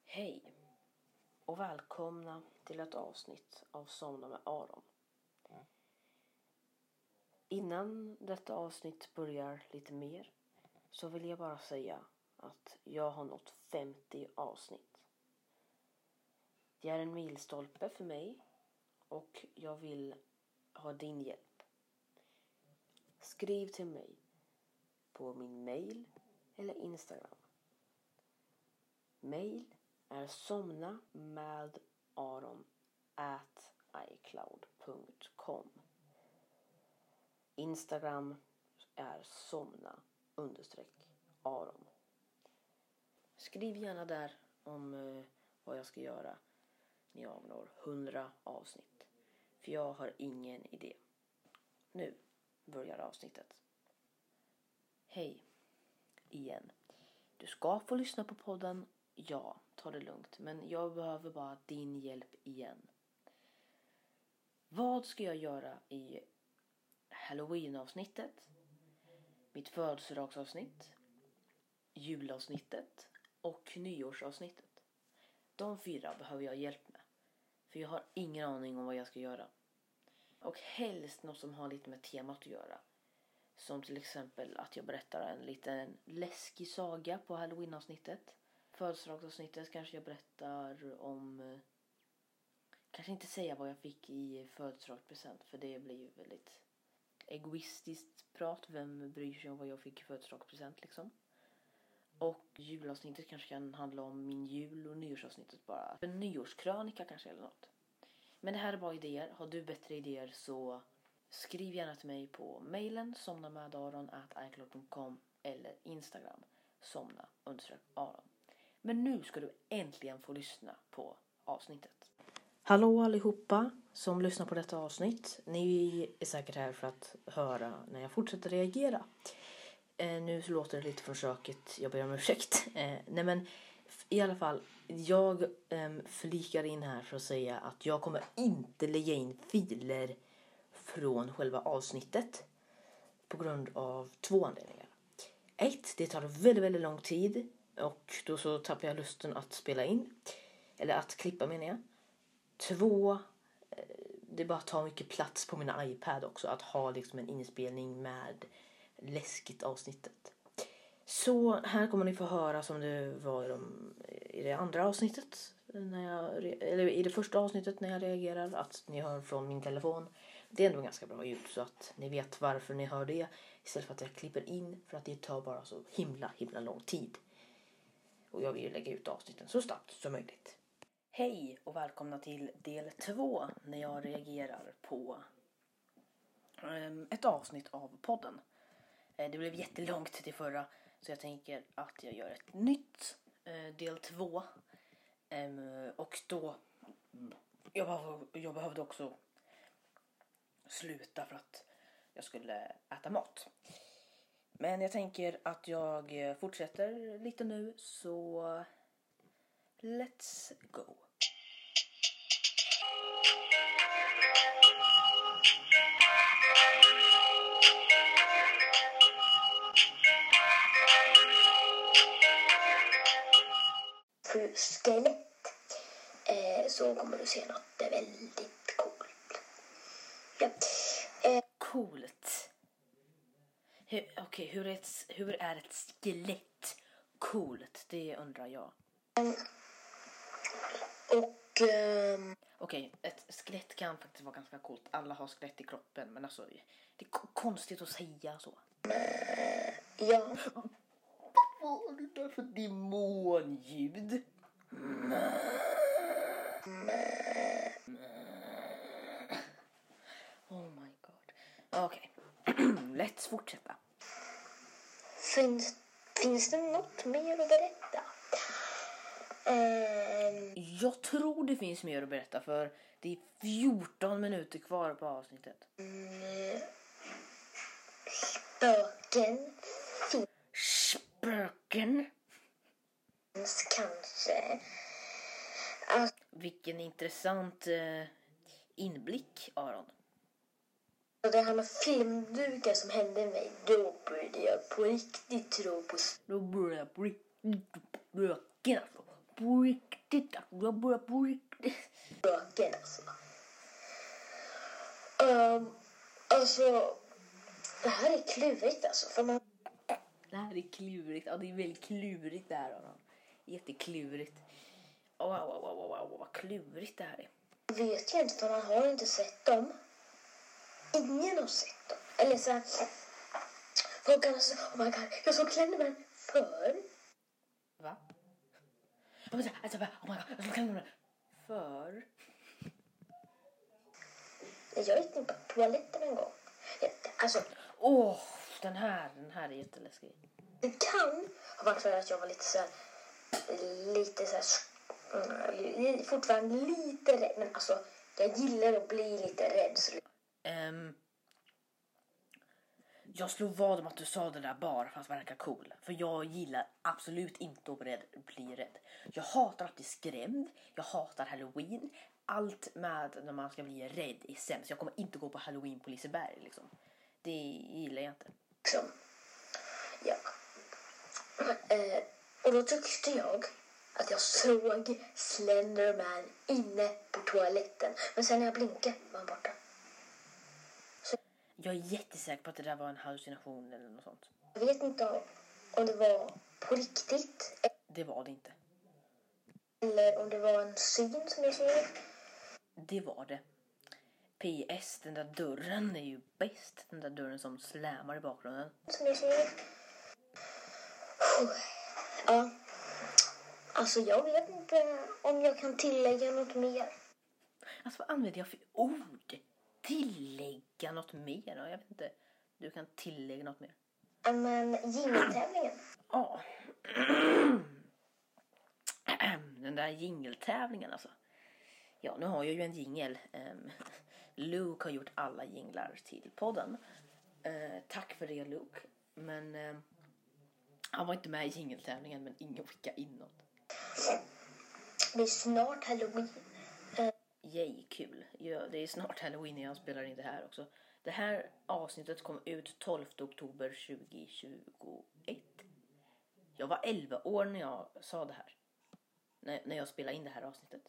Hej och välkomna till ett avsnitt av Somna med Aron. Innan detta avsnitt börjar lite mer så vill jag bara säga att jag har nått 50 avsnitt. Det är en milstolpe för mig och jag vill ha din hjälp. Skriv till mig på min mail eller Instagram. Mail är somnamadaron@icloud.com. Instagram är somna_aron. Skriv gärna där om vad jag ska göra när jag når 100 avsnitt. För jag har ingen idé. Nu börjar avsnittet. Hej igen. Du ska få lyssna på podden. Ja, ta det lugnt. Men jag behöver bara din hjälp igen. Vad ska jag göra i Halloween-avsnittet? Mitt födelsedagsavsnitt? Julavsnittet? Och nyårsavsnittet? De 4 behöver jag hjälp med. För jag har ingen aning om vad jag ska göra. Och helst något som har lite med temat att göra. Som till exempel att jag berättar en liten läskig saga på Halloween-avsnittet. Födelsedagsavsnittet kanske jag berättar om... Kanske inte säga vad jag fick i födelsedagspresent. För det blir ju väldigt egoistiskt prat. Vem bryr sig om vad jag fick i födelsedagspresent liksom. Och julavsnittet kanske kan handla om min jul och nyårsavsnittet bara. En nyårskrönika kanske eller något. Men det här är bara idéer. Har du bättre idéer så skriv gärna till mig på mailen somnamadaron@icloud.com eller Instagram somna_aron. Men nu ska du äntligen få lyssna på avsnittet. Hallå allihopa som lyssnar på detta avsnitt. Ni är säkert här för att höra när jag fortsätter reagera. Nu så låter det lite försöket. Jag ber om ursäkt. Nej men i alla fall. Jag flikar in här för att säga att jag kommer inte lägga in filer från själva avsnittet. På grund av 2 anledningar. 1. Det tar väldigt, väldigt lång tid. Och då så tappar jag lusten att spela in. Eller att klippa menar jag. 2. Det bara tar mycket plats på min iPad också. Att ha liksom en inspelning med läskigt avsnittet. Så här kommer ni få höra som det var i det andra avsnittet. Eller i det första avsnittet när jag reagerar. Att ni hör från min telefon. Det är ändå ganska bra ljud så att ni vet varför ni hör det. Istället för att jag klipper in för att det tar bara så himla lång tid. Och jag vill ju lägga ut avsnitten så snabbt som möjligt. Hej och välkomna till del 2 när jag reagerar på ett avsnitt av podden. Det blev jättelångt till förra så jag tänker att jag gör ett nytt del 2. Och då jag behövde också sluta för att jag skulle äta mat. Men jag tänker att jag fortsätter lite nu så let's go. Skelett så kommer du se något väldigt coolt. Ja. Coolt. Hur är ett skelett coolt? Det undrar jag. Okej, ett skelett kan faktiskt vara ganska coolt. Alla har skelett i kroppen, men alltså det är konstigt att säga så. Ja. Vad är det där för demonljud? Oh my god. Okej. Let's fortsätta. Finns det något mer att berätta? Jag tror det finns mer att berätta för det är 14 minuter kvar på avsnittet. Spöken. Spöken? Finns kanske. Vilken intressant inblick, Aron. Och det här med filmdukar som hände mig, då började jag på riktigt tro på... Då började jag på riktigt spöken alltså. På riktigt. alltså, det här är klurigt alltså. För man Det här är klurigt. Ja, det är väldigt klurigt det här. Adam. Jätteklurigt. Vad klurigt det här är. vet ju inte, för man har inte sett dem. Ingen har sett dem. Eller så här, folk kan säga, oh my god, jag såg Slenderman för. Va? Oh my god, jag såg Slenderman för. Jag gick in på toaletten en gång. Alltså, Den här är jätteläskig. det kan ha varit för att jag var lite så här, fortfarande lite rädd. Men alltså, jag gillar att bli lite rädd. Så jag slog vad om att du sa det där bara för att verka cool. För jag gillar absolut inte att bli rädd. Jag hatar att bli skrämd. Jag hatar Halloween. Allt med när man ska bli rädd är sämst. Jag kommer inte gå på Halloween på Liseberg liksom. Det gillar jag inte. liksom, ja. Och då tyckte jag att jag såg Slenderman inne på toaletten. Men sen när jag blinkade var han borta. Jag är jättesäker på att det där var en hallucination eller något sånt. Jag vet inte om det var på riktigt. Det var det inte. Eller om det var en syn som jag såg. Det var det. PS, den där dörren är ju bäst. Den där dörren som slämmar i bakgrunden. Som jag såg. Ja. Alltså jag vet inte om jag kan tillägga något mer. Alltså vad använder jag för ord? Tillägga något mer? Ja, jag vet inte. Du kan tillägga något mer. Men jingeltävlingen. Ja. Den där jingeltävlingen alltså. Ja, nu har jag ju en jingel. Luke har gjort alla jinglar till podden. Tack för det, Luke. Men han var inte med i jingeltävlingen, men ingen skickade in något. Det är snart Halloween. Yay, kul. Ja, det är snart Halloween när jag spelar in det här också. Det här avsnittet kom ut 12 oktober 2021. Jag var 11 år när jag sa det här. När jag spelade in det här avsnittet.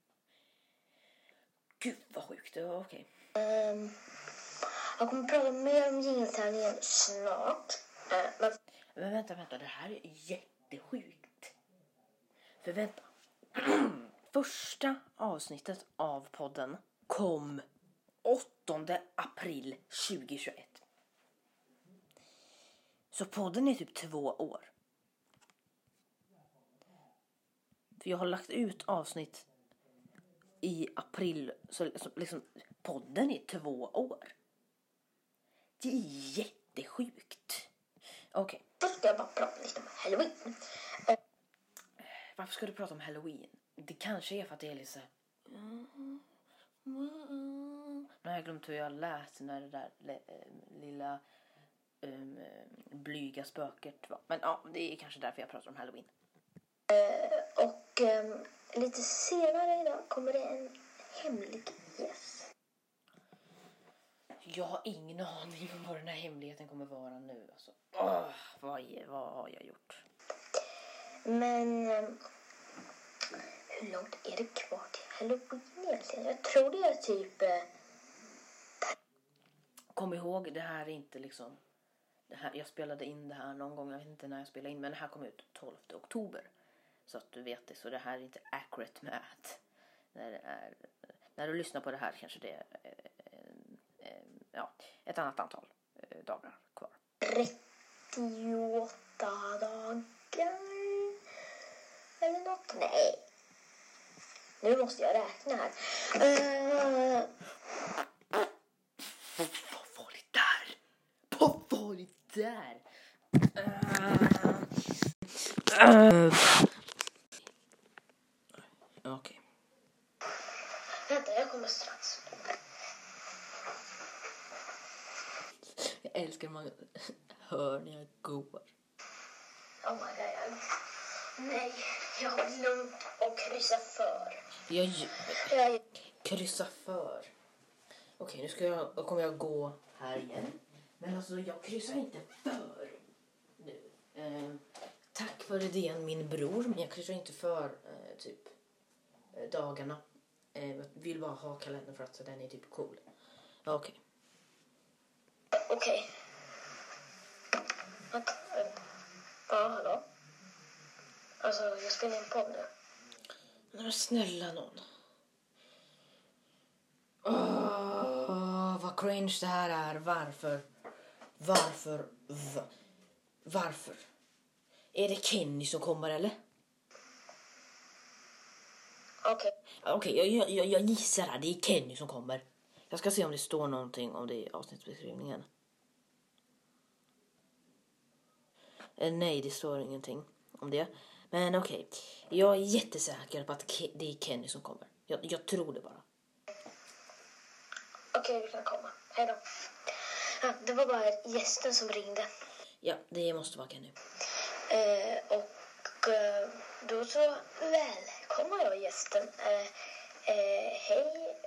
Gud vad sjukt, det var okej. Jag kommer prata mer om jingeltävlingen snart. Men vänta, det här är jättesjukt. För vänta. Första avsnittet av podden kom 8 april 2021. Så podden är typ 2 år. För jag har lagt ut avsnitt i april. Så liksom podden är 2 år. Det är jättesjukt. Okej. Först ska jag bara prata lite om Halloween. Varför ska du prata om Halloween? Det kanske är för att det är lite så här... Nu har jag glömt hur jag lät när det där lilla blyga spöket var. Men ja, det är kanske därför jag pratar om Halloween. Och lite senare idag kommer det en hemlig gäst. Jag har ingen aning om vad den här hemligheten kommer vara nu. Alltså. Vad har jag gjort? Men hur långt är det kvar till Halloween egentligen? Jag tror det är typ... Kom ihåg, det här är inte liksom... Det här, jag spelade in det här någon gång, jag vet inte när jag spelade in. Men det här kom ut 12 oktober. Så att du vet det, så det här är inte accurate med att... När du lyssnar på det här kanske det är ett annat antal dagar kvar. 38 dagar eller något. Nej. Nu måste jag räkna här. Vad var det där? Vad var det där? Okej. Vänta, jag kommer strax. Jag älskar när man hör när jag går. Oh my god. Nej, jag har glömt att kryssa för. Jag kryssa för. Okej, nu kommer jag gå här igen. Men alltså, jag kryssar inte för nu. Tack för idén, min bror. Men jag kryssar inte för typ dagarna. Jag vill bara ha kalendern för att så den är typ cool. Okej. Okej. Ja, hallå? Alltså, jag spelar in på nu. Men snälla någon. Vad cringe det här är. Varför? Är det Kenny som kommer eller? Okej, jag gissar här. Det är Kenny som kommer. Jag ska se om det står någonting om det i avsnittsbeskrivningen. Nej, det står ingenting om det. Men okej. Jag är jättesäker på att det är Kenny som kommer. Jag tror det bara. Okej, du kan komma. Hej då. Ja, det var bara gästen som ringde. Ja, det måste vara Kenny. Då så välkomnar jag gästen. Hej.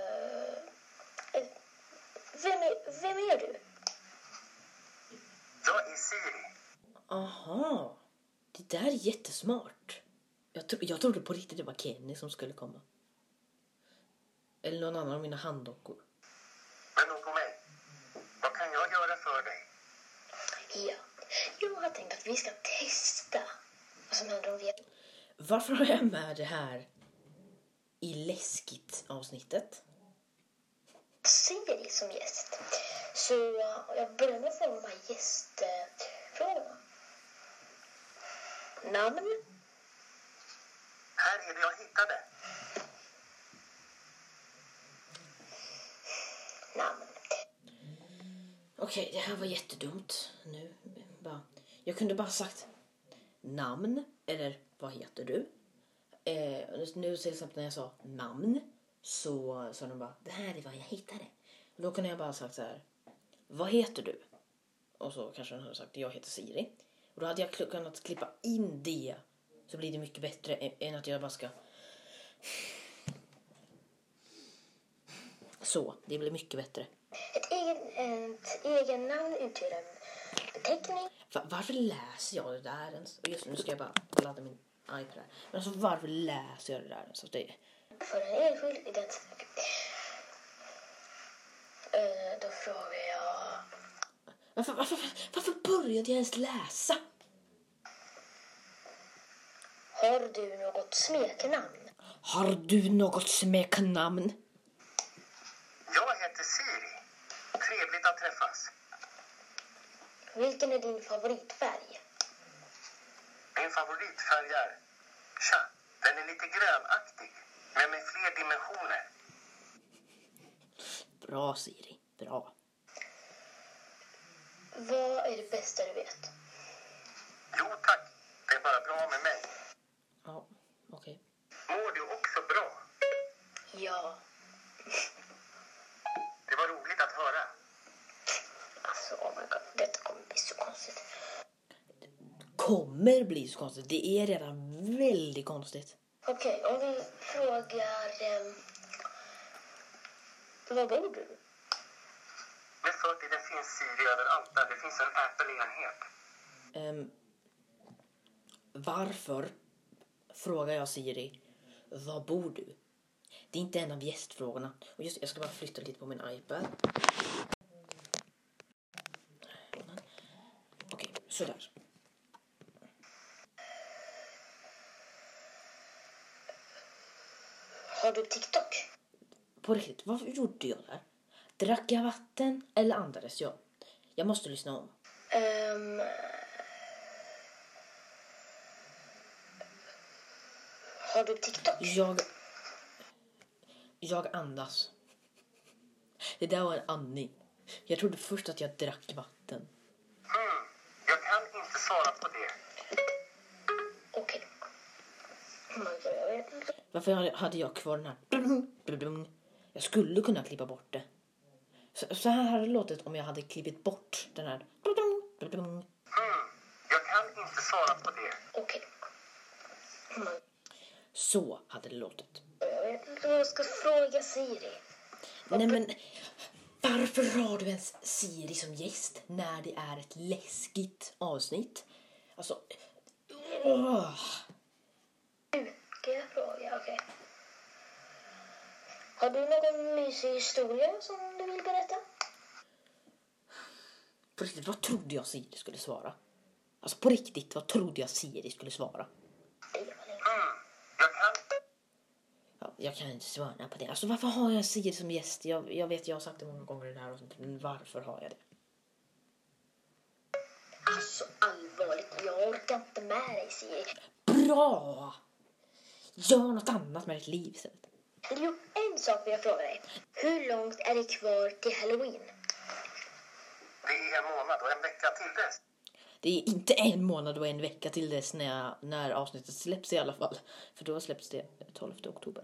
Vem är du? Jag är Siri. Aha. Det där är jättesmart. Jag trodde på riktigt det var Kenny som skulle komma. Eller någon annan av mina handdockor. Men nog på mig. Vad kan jag göra för dig? Ja, jag har tänkt att vi ska testa vad som händer om vi... Varför har jag med det här i läskigt avsnittet? Siri som gäst. Så jag börjar med att få de här gästfrågorna. Namn? Här är det jag hittade. Namn. Okej, det här var jättedumt. Jag kunde bara sagt namn. Eller vad heter du? Nu till exempel när jag sa namn. Så sa de bara, det här är vad jag hittade. Och då kunde jag bara sagt så här. Vad heter du? Och så kanske den hade sagt, jag heter Siri. Och då hade jag kunnat klippa in det. Så blir det mycket bättre än att jag bara ska... Så, det blir mycket bättre. Ett egen namn utgör en beteckning. Varför läser jag det där ens? Och just nu ska jag bara ladda min iPad. Men alltså varför läser jag det där ens? Det... För en enskild identitet. Då frågar jag... Varför började jag ens läsa? Har du något smeknamn? Har du något smeknamn? Jag heter Siri. Trevligt att träffas. Vilken är din favoritfärg? Min favoritfärg är... den är lite grönaktig. Men med fler dimensioner. Bra Siri, bra. Vad är det bästa du vet? Jo tack, det är bara bra med mig. Ja, okej. Mår du också bra? Ja. Det var roligt att höra. Alltså, oh my god, detta kommer bli så konstigt. Kommer bli så konstigt. Det är redan väldigt konstigt. Okej, om vi frågar... var bor du? Med 40 det finns Siri överallt där det finns en Apple-enhet. Varför frågar jag Siri, var bor du? Det är inte en av gästfrågorna. Och just jag ska bara flytta lite på min iPad. Okej, sådär. Har du TikTok? På riktigt, vad gjorde jag där? Drack jag vatten eller andades jag? Jag måste lyssna om. Har du TikTok? Jag andas. Det där var en andning. Jag trodde först att jag drack vatten. Jag kan inte svara på det. Okej. Varför hade jag kvar den här? Jag skulle kunna klippa bort det. Så här hade det låtit om jag hade klippt bort den här. Jag kan inte svara på det. Okej. Så hade det låtit. Jag vet inte vad jag ska fråga Siri. Nej men, varför har du ens Siri som gäst när det är ett läskigt avsnitt? Alltså, Ska jag fråga? Okej. Har du någon mysig historia som du vill berätta? På riktigt, vad trodde jag Siri skulle svara? Alltså på riktigt, vad trodde jag Siri skulle svara? Jag kan. Ja, jag kan inte svara på det. Alltså varför har jag Siri som gäst? Jag vet, jag har sagt det många gånger i det här avsnittet, men varför har jag det? Alltså allvarligt, jag orkar inte med dig, Siri. Bra! Gör något annat med ditt liv istället. Jo, en sak vill jag fråga dig. Hur långt är det kvar till Halloween? Det är en månad och en vecka till dess. Det är inte en månad och en vecka till dess när avsnittet släpps i alla fall. För då släpps det 12 oktober.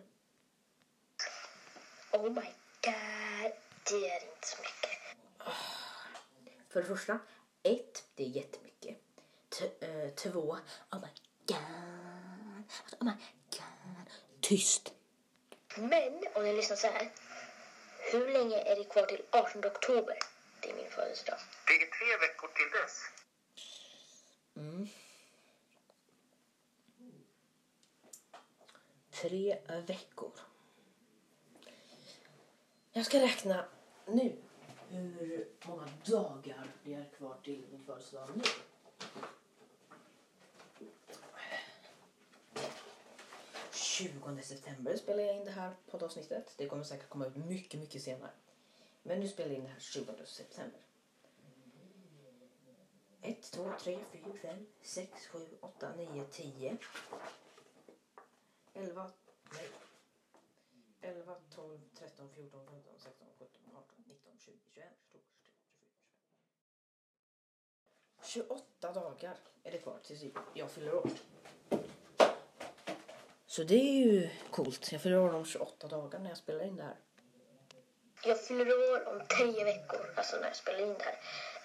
Oh my god, det är inte så mycket. För det första, 1, det är jättemycket. 2, oh my god. Alltså, oh my god. Tyst. Men om ni lyssnar så här. Hur länge är det kvar till 18 oktober? Det är min födelsedag. Det är 3 veckor till dess. 3 veckor. Jag ska räkna nu hur många dagar det är kvar till min födelsedag nu. –20 september spelar jag in det här poddavsnittet. Det kommer säkert komma ut mycket, mycket senare. Men nu spelar jag in det här 20 september. 1, 2, 3, 4, 5, 6, 7, 8, 9, 10. 11, 12, 13, 14, 15, 16, 17, 18, 19, 20, 21, 22, 28 dagar är det kvar tills jag fyller år. Så det är ju coolt. Jag fyller år om 28 dagar när jag spelar in det här. Jag fyller år om 3 veckor. Alltså när jag spelar in det här.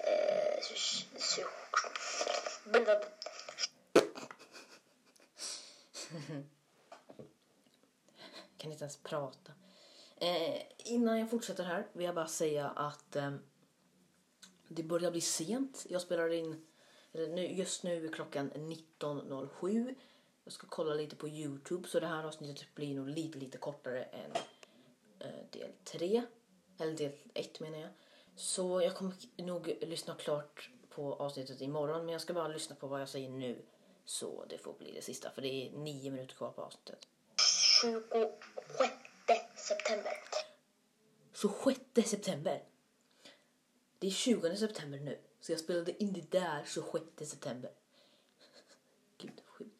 Kan inte ens prata. Innan jag fortsätter här vill jag bara säga att det börjar bli sent. Jag spelar in just nu är klockan 19:07. Jag ska kolla lite på YouTube, så det här avsnittet blir nog lite kortare än del 3. Eller del 1 menar jag. Så jag kommer nog lyssna klart på avsnittet imorgon, men jag ska bara lyssna på vad jag säger nu. Så det får bli det sista, för det är 9 minuter kvar på avsnittet. 26 september. 26 september. Det är 20 september nu. Så jag spelade in det där 26 september. Gud, sjukt.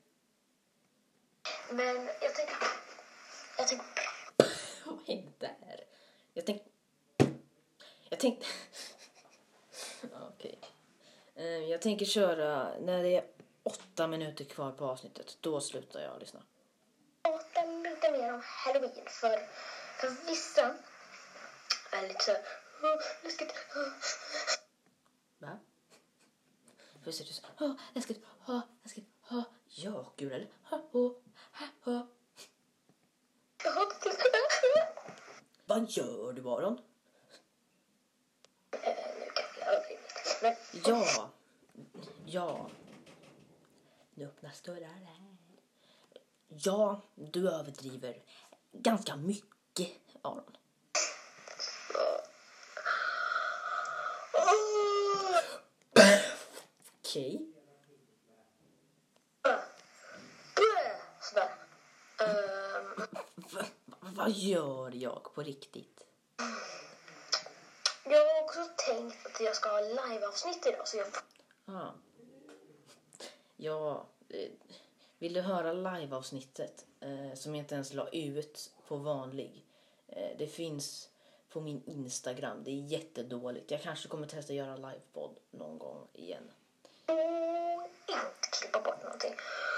Men jag tänkte... Vad hände där? Jag tänkte... Okej. Jag tänker köra när det är 8 minuter kvar på avsnittet. Då slutar jag lyssna. 8 minuter mer om Halloween. För vissa är lite så här... läskigt. Va? Hur ser du så? Läskigt. Läskigt. Ja, gud eller? Jag hatar det. Vad gör du, Aron? Nu kanske jag överdrivit. Men Ja. Nu öppnas dörrar här. Ja, du överdriver ganska mycket, Aron. Okej. Sådär. Vad gör jag på riktigt? Jag har också tänkt att jag ska ha live-avsnitt idag. Så jag... Vill du höra live-avsnittet som jag inte ens la ut på vanlig? Det finns på min Instagram. Det är jättedåligt. Jag kanske kommer testa göra livepodd någon gång igen. Inte klippa bort någonting.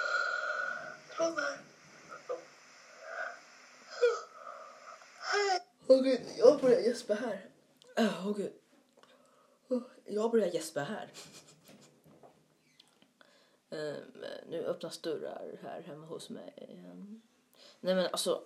Gud, jag börjar gäspa här. Gud. Jag börjar gäspa här. Nu öppnas dörrar här hemma hos mig. Nej men alltså...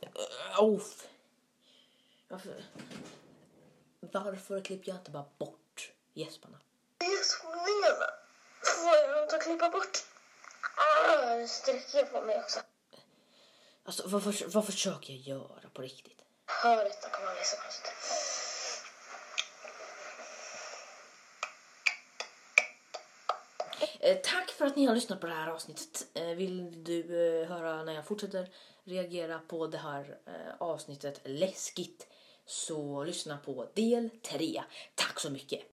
Varför klipper jag inte bara bort gäsparna? Det är så menar. Får jag inte klippa bort? Det sträcker på mig också. Alltså vad försöker jag göra på riktigt? Hör detta kommer att bli så konstigt. Tack för att ni har lyssnat på det här avsnittet. Vill du höra när jag fortsätter reagera på det här avsnittet läskigt, så lyssna på del 3. Tack så mycket!